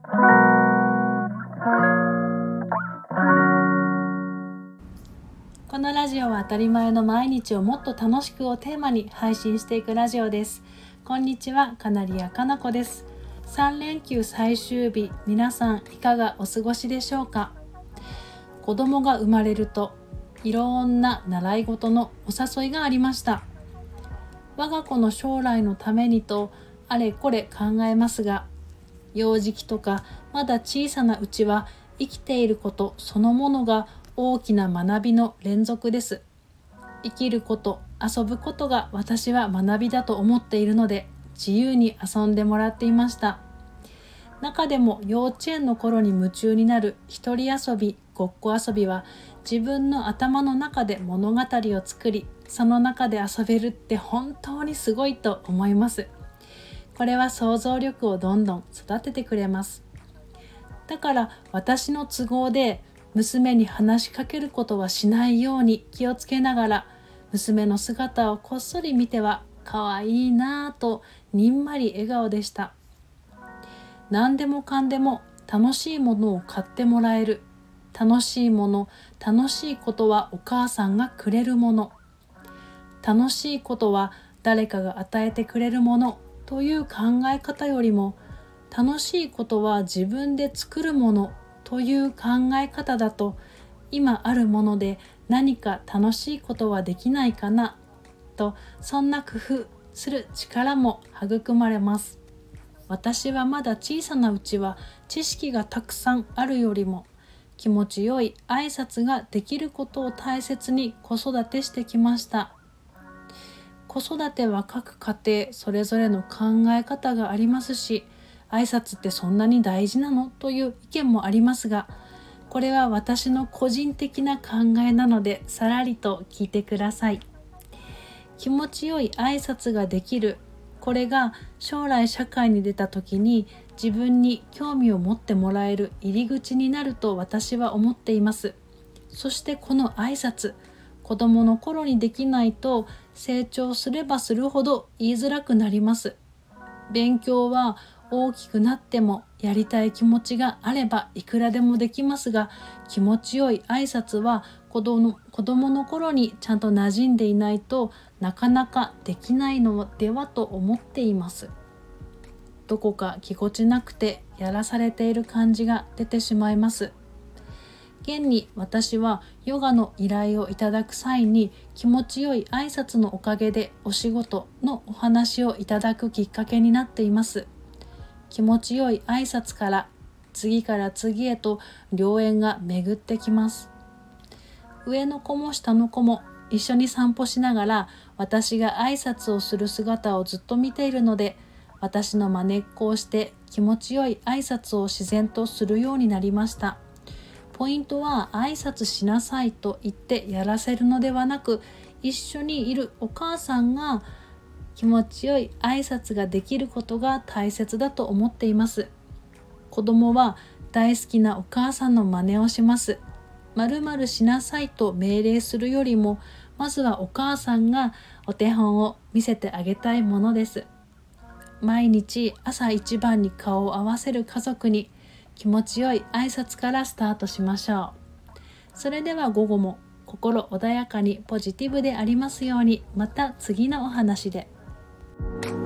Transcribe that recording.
このラジオは当たり前の毎日をもっと楽しくをテーマに配信していくラジオです。こんにちは、カナリアかなこです。3連休最終日、皆さんいかがお過ごしでしょうか。子供が生まれるといろんな習い事のお誘いがありました。我が子の将来のためにとあれこれ考えますが、幼児期とかまだ小さなうちは生きていることそのものが大きな学びの連続です。生きること、遊ぶことが私は学びだと思っているので、自由に遊んでもらっていました。中でも幼稚園の頃に夢中になる一人遊び、ごっこ遊びは自分の頭の中で物語を作り、その中で遊べるって本当にすごいと思います。これは想像力をどんどん育ててくれます。だから私の都合で娘に話しかけることはしないように気をつけながら、娘の姿をこっそり見ては可愛いなぁとにんまり笑顔でした。何でもかんでも楽しいものを買ってもらえる。楽しいもの、楽しいことはお母さんがくれるもの。楽しいことは誰かが与えてくれるものという考え方よりも、楽しいことは自分で作るものという考え方だと、今あるもので何か楽しいことはできないかなと、そんな工夫する力も育まれます。私はまだ小さなうちは知識がたくさんあるよりも、気持ちよい挨拶ができることを大切に子育てしてきました。子育ては各家庭それぞれの考え方がありますし、挨拶ってそんなに大事なのという意見もありますが、これは私の個人的な考えなので、さらりと聞いてください。気持ちよい挨拶ができる、これが将来社会に出た時に自分に興味を持ってもらえる入り口になると私は思っています。そしてこの挨拶、子供の頃にできないと成長すればするほど言いづらくなります。勉強は大きくなってもやりたい気持ちがあればいくらでもできますが、気持ちよい挨拶は子供の頃にちゃんと馴染んでいないとなかなかできないのではと思っています。どこかぎこちなくてやらされている感じが出てしまいます。現に私はヨガの依頼をいただく際に、気持ちよい挨拶のおかげでお仕事のお話をいただくきっかけになっています。気持ちよい挨拶から次から次へと良縁が巡ってきます。上の子も下の子も一緒に散歩しながら私が挨拶をする姿をずっと見ているので、私の真似っこをして気持ちよい挨拶を自然とするようになりました。ポイントは挨拶しなさいと言ってやらせるのではなく、一緒にいるお母さんが気持ちよい挨拶ができることが大切だと思っています。子供は大好きなお母さんの真似をします。〇〇しなさいと命令するよりも、まずはお母さんがお手本を見せてあげたいものです。毎日朝一番に顔を合わせる家族に気持ちよい挨拶からスタートしましょう。それでは午後も心穏やかにポジティブでありますように。また次のお話で。